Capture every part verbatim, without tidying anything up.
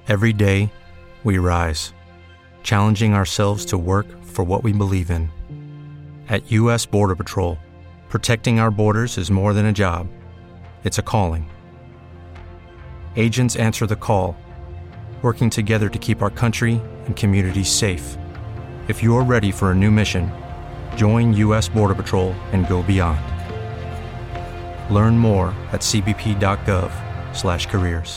Every day, we rise, challenging ourselves to work for what we believe in. At U S Border Patrol, protecting our borders is more than a job. It's a calling. Agents answer the call, working together to keep our country and communities safe. If you're ready for a new mission, join U S Border Patrol and go beyond. Learn more at c b p dot gov slash careers.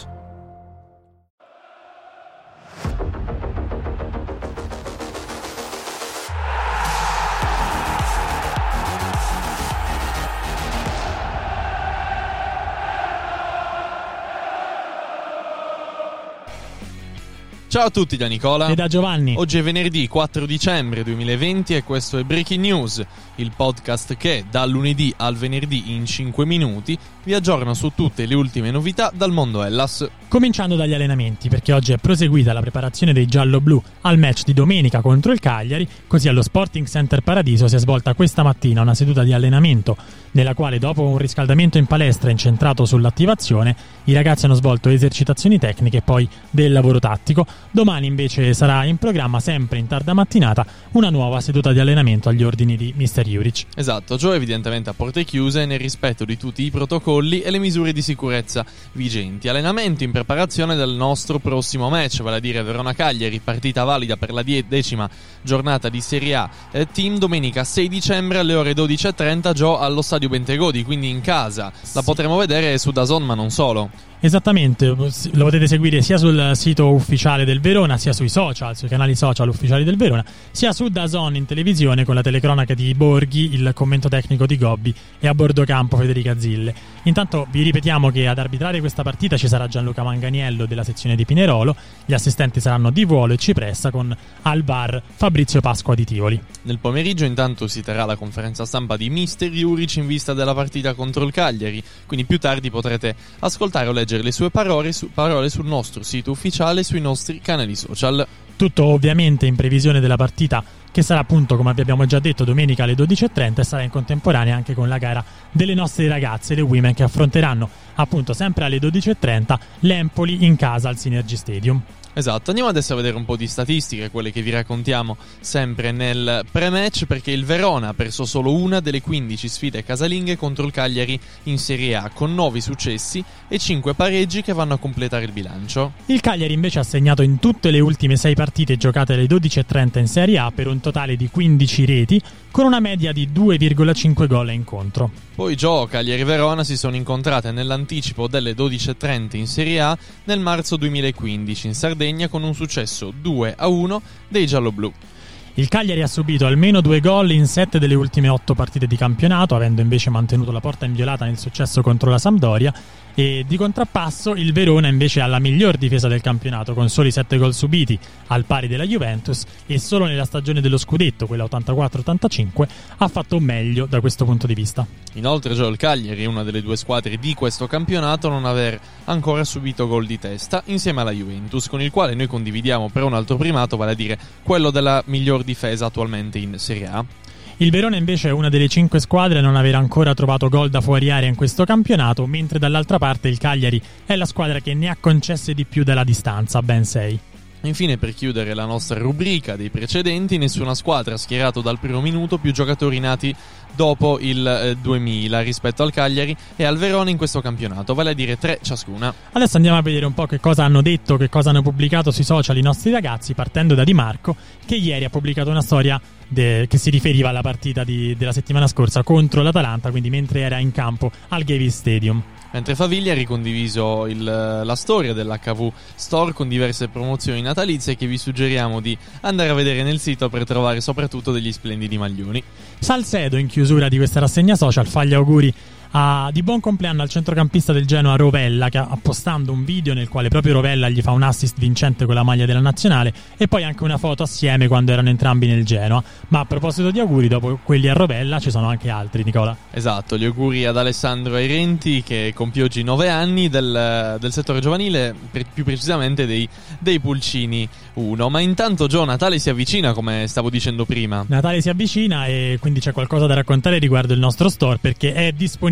Ciao a tutti da Nicola e da Giovanni. Oggi è venerdì quattro dicembre duemilaventi e questo è Breaking News, il podcast che dal lunedì al venerdì in cinque minuti vi aggiorna su tutte le ultime novità dal mondo Hellas. Cominciando dagli allenamenti, perché oggi è proseguita la preparazione dei giallo-blu al match di domenica contro il Cagliari. Così allo Sporting Center Paradiso si è svolta questa mattina una seduta di allenamento nella quale, dopo un riscaldamento in palestra incentrato sull'attivazione, i ragazzi hanno svolto esercitazioni tecniche e poi del lavoro tattico. Domani invece sarà in programma, sempre in tarda mattinata, una nuova seduta di allenamento agli ordini di mister Juric. Esatto, ciò evidentemente a porte chiuse nel rispetto di tutti i protocolli e le misure di sicurezza vigenti. Allenamento in preparazione del nostro prossimo match, vale a dire Verona-Cagliari, partita valida per la decima giornata di Serie A eh, Team, domenica sei dicembre alle ore dodici e trenta, Gio, allo stadio Bentegodi, quindi in casa. La potremo vedere su D A Z N, ma non solo. Esattamente, lo potete seguire sia sul sito ufficiale del Verona, sia sui social, sui canali social ufficiali del Verona, sia su D A Z N in televisione con la telecronaca di Borghi, il commento tecnico di Gobbi e a bordo campo Federica Zille. Intanto vi ripetiamo che ad arbitrare questa partita ci sarà Gianluca Manganiello della sezione di Pinerolo, gli assistenti saranno Di Vuolo e Cipressa, con al V A R Fabrizio Pasqua di Tivoli. Nel pomeriggio intanto si terrà la conferenza stampa di mister Juric in vista della partita contro il Cagliari, quindi più tardi potrete ascoltare o leggere le sue parole, su, parole sul nostro sito ufficiale e sui nostri canali social. Tutto ovviamente in previsione della partita che sarà, appunto, come vi abbiamo già detto, domenica alle dodici e trenta, e sarà in contemporanea anche con la gara delle nostre ragazze, le Women, che affronteranno appunto sempre alle dodici e trenta l'Empoli in casa al Synergy Stadium. Esatto, andiamo adesso a vedere un po' di statistiche, quelle che vi raccontiamo sempre nel pre-match, perché il Verona ha perso solo una delle quindici sfide casalinghe contro il Cagliari in Serie A, con nove successi e cinque pareggi che vanno a completare il bilancio. Il Cagliari invece ha segnato in tutte le ultime sei partite giocate alle dodici e trenta in Serie A per un totale di quindici reti, con una media di due virgola cinque gol a incontro. Poi Gio, Cagliari e Verona si sono incontrate nell'anticipo delle dodici e trenta in Serie A nel marzo duemilaquindici in Sardegna, con un successo due a uno dei gialloblu. Il Cagliari ha subito almeno due gol in sette delle ultime otto partite di campionato, avendo invece mantenuto la porta inviolata nel successo contro la Sampdoria, e di contrappasso il Verona invece ha la miglior difesa del campionato, con soli sette gol subiti, al pari della Juventus, e solo nella stagione dello scudetto, quella ottantaquattro ottantacinque, ha fatto meglio da questo punto di vista. Inoltre Gio, il Cagliari è una delle due squadre di questo campionato a non aver ancora subito gol di testa, insieme alla Juventus, con il quale noi condividiamo però un altro primato, vale a dire quello della miglior difesa attualmente in Serie A. Il Verona invece è una delle cinque squadre a non aver ancora trovato gol da fuori area in questo campionato, mentre dall'altra parte il Cagliari è la squadra che ne ha concesse di più dalla distanza, ben sei. Infine, per chiudere la nostra rubrica dei precedenti, nessuna squadra ha schierato dal primo minuto più giocatori nati dopo il eh, duemila rispetto al Cagliari e al Verona in questo campionato, vale a dire tre ciascuna. Adesso andiamo a vedere un po' che cosa hanno detto, che cosa hanno pubblicato sui social i nostri ragazzi, partendo da Di Marco, che ieri ha pubblicato una storia de- che si riferiva alla partita di- della settimana scorsa contro l'Atalanta, quindi mentre era in campo al Gavies Stadium. Mentre Faviglia ha ricondiviso il, la storia dell'H V Store con diverse promozioni natalizie che vi suggeriamo di andare a vedere nel sito per trovare soprattutto degli splendidi maglioni. Salcedo, in chiusura di questa rassegna social, fa gli auguri a, di buon compleanno al centrocampista del Genoa Rovella, che ha postando un video nel quale proprio Rovella gli fa un assist vincente con la maglia della nazionale, e poi anche una foto assieme quando erano entrambi nel Genoa. Ma a proposito di auguri, dopo quelli a Rovella ci sono anche altri, Nicola. Esatto, gli auguri ad Alessandro Airenti, che compie oggi nove anni, del, del settore giovanile, per, più precisamente dei, dei Pulcini uno. Ma intanto, Gio, Natale si avvicina, come stavo dicendo prima. Natale si avvicina e quindi c'è qualcosa da raccontare riguardo il nostro store, perché è disponibile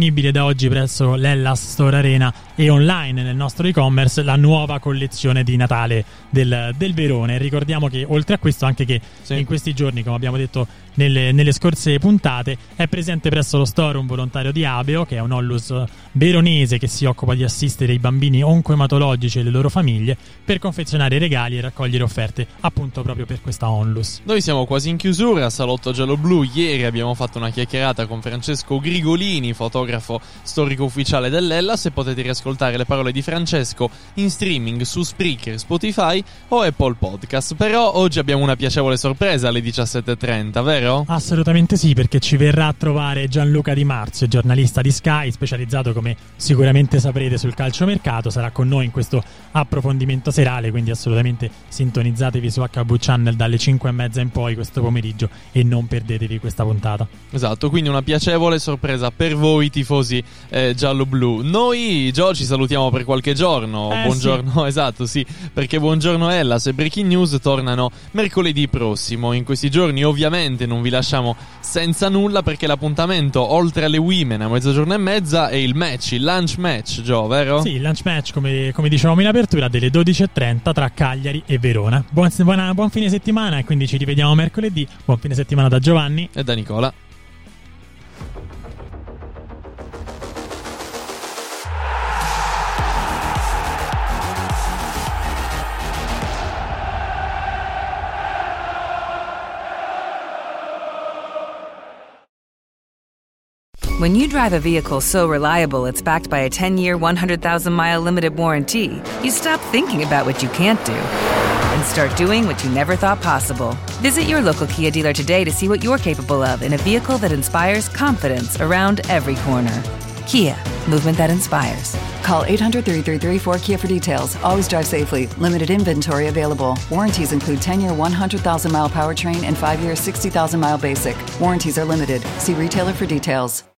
disponibile da oggi presso l'Hellas Store Arena e online nel nostro e-commerce la nuova collezione di Natale del, del Verone. Ricordiamo che oltre a questo anche che sì. in questi giorni, come abbiamo detto nelle, nelle scorse puntate, è presente presso lo store un volontario di Abeo, che è un Onlus veronese che si occupa di assistere i bambini oncoematologici e le loro famiglie per confezionare regali e raccogliere offerte appunto proprio per questa Onlus. Noi siamo quasi in chiusura, Salotto Giallo-Blu. Ieri abbiamo fatto una chiacchierata con Francesco Grigolini, fotografo storico ufficiale dell'Hellas, e potete riascoltare le parole di Francesco in streaming su Spreaker, Spotify o Apple Podcast. Però oggi abbiamo una piacevole sorpresa alle diciassette e trenta, vero? Assolutamente sì, perché ci verrà a trovare Gianluca Di Marzio, giornalista di Sky, specializzato come sicuramente saprete sul calciomercato. Sarà con noi in questo approfondimento serale, quindi assolutamente sintonizzatevi su H V Channel dalle cinque e mezza in poi questo pomeriggio e non perdetevi questa puntata. Esatto, quindi una piacevole sorpresa per voi tifosi eh, giallo-blu. Noi, Gio, ci salutiamo per qualche giorno. Eh, buongiorno, sì. Esatto, sì, perché Buongiorno Hellas e Breaking News tornano mercoledì prossimo. In questi giorni ovviamente non vi lasciamo senza nulla, perché l'appuntamento oltre alle Women a mezzogiorno e mezza è il match, il lunch match, Gio, vero? Sì, il lunch match come, come dicevamo in apertura delle dodici e trenta tra Cagliari e Verona. Buon, buona, buon fine settimana, e quindi ci rivediamo mercoledì. Buon fine settimana da Giovanni e da Nicola. When you drive a vehicle so reliable it's backed by a ten-year, one hundred thousand mile limited warranty, you stop thinking about what you can't do and start doing what you never thought possible. Visit your local Kia dealer today to see what you're capable of in a vehicle that inspires confidence around every corner. Kia, movement that inspires. Call eight hundred, three three three, four Kia for details. Always drive safely. Limited inventory available. Warranties include ten-year, one hundred thousand mile powertrain and five-year, sixty thousand mile basic. Warranties are limited. See retailer for details.